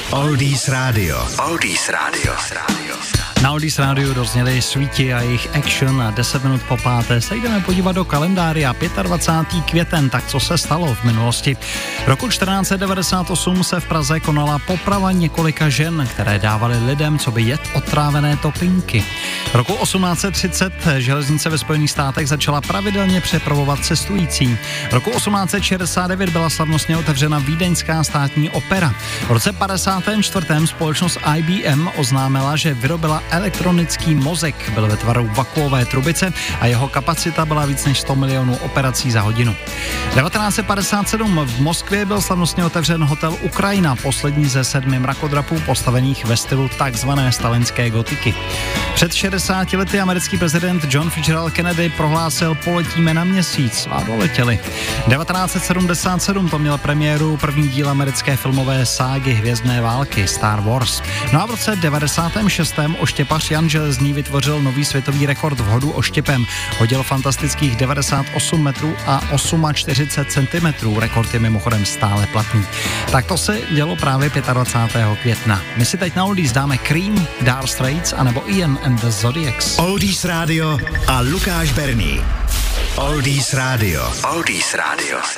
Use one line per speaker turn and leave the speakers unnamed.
Oldies Radio. Oldies Radio.
Na Oldies Radio dozněli Sweety a jejich Action a 10 minut po páté se jdeme podívat do kalendária 25. květen, tak co se stalo v minulosti. Roku 1498 se v Praze konala poprava několika žen, které dávaly lidem coby jed otrávené topinky. Roku 1830 železnice ve Spojených státech začala pravidelně přepravovat cestující. Roku 1869 byla slavnostně otevřena Vídeňská státní opera. V roce 54. společnost IBM oznámila, že vyrobila elektronický mozek. Byl ve tvaru vakuové trubice a jeho kapacita byla víc než 100 milionů operací za hodinu. 1957 v Moskvě byl slavnostně otevřen hotel Ukrajina, poslední ze 7 mrakodrapů postavených ve stylu takzvané stalinské gotiky. Před 60 lety americký prezident John Fitzgerald Kennedy prohlásil: poletíme na měsíc, a doletěli. 1977 to měl premiéru první díl americké filmové ságy Hvězdné války Star Wars. No a v roce 96. oštěpař Jan Železný vytvořil nový světový rekord v hodu oštěpem. Hodil fantastických 98 metrů a 48 centimetrů. Rekord je mimochodem stále platný. Tak to se dělo právě 25. května. My si teď na Oldies dáme Cream, Dire Straits anebo Ian and the Zodiacs.
Oldies Radio a Lukáš Berný. Oldies Radio. Oldies Radio.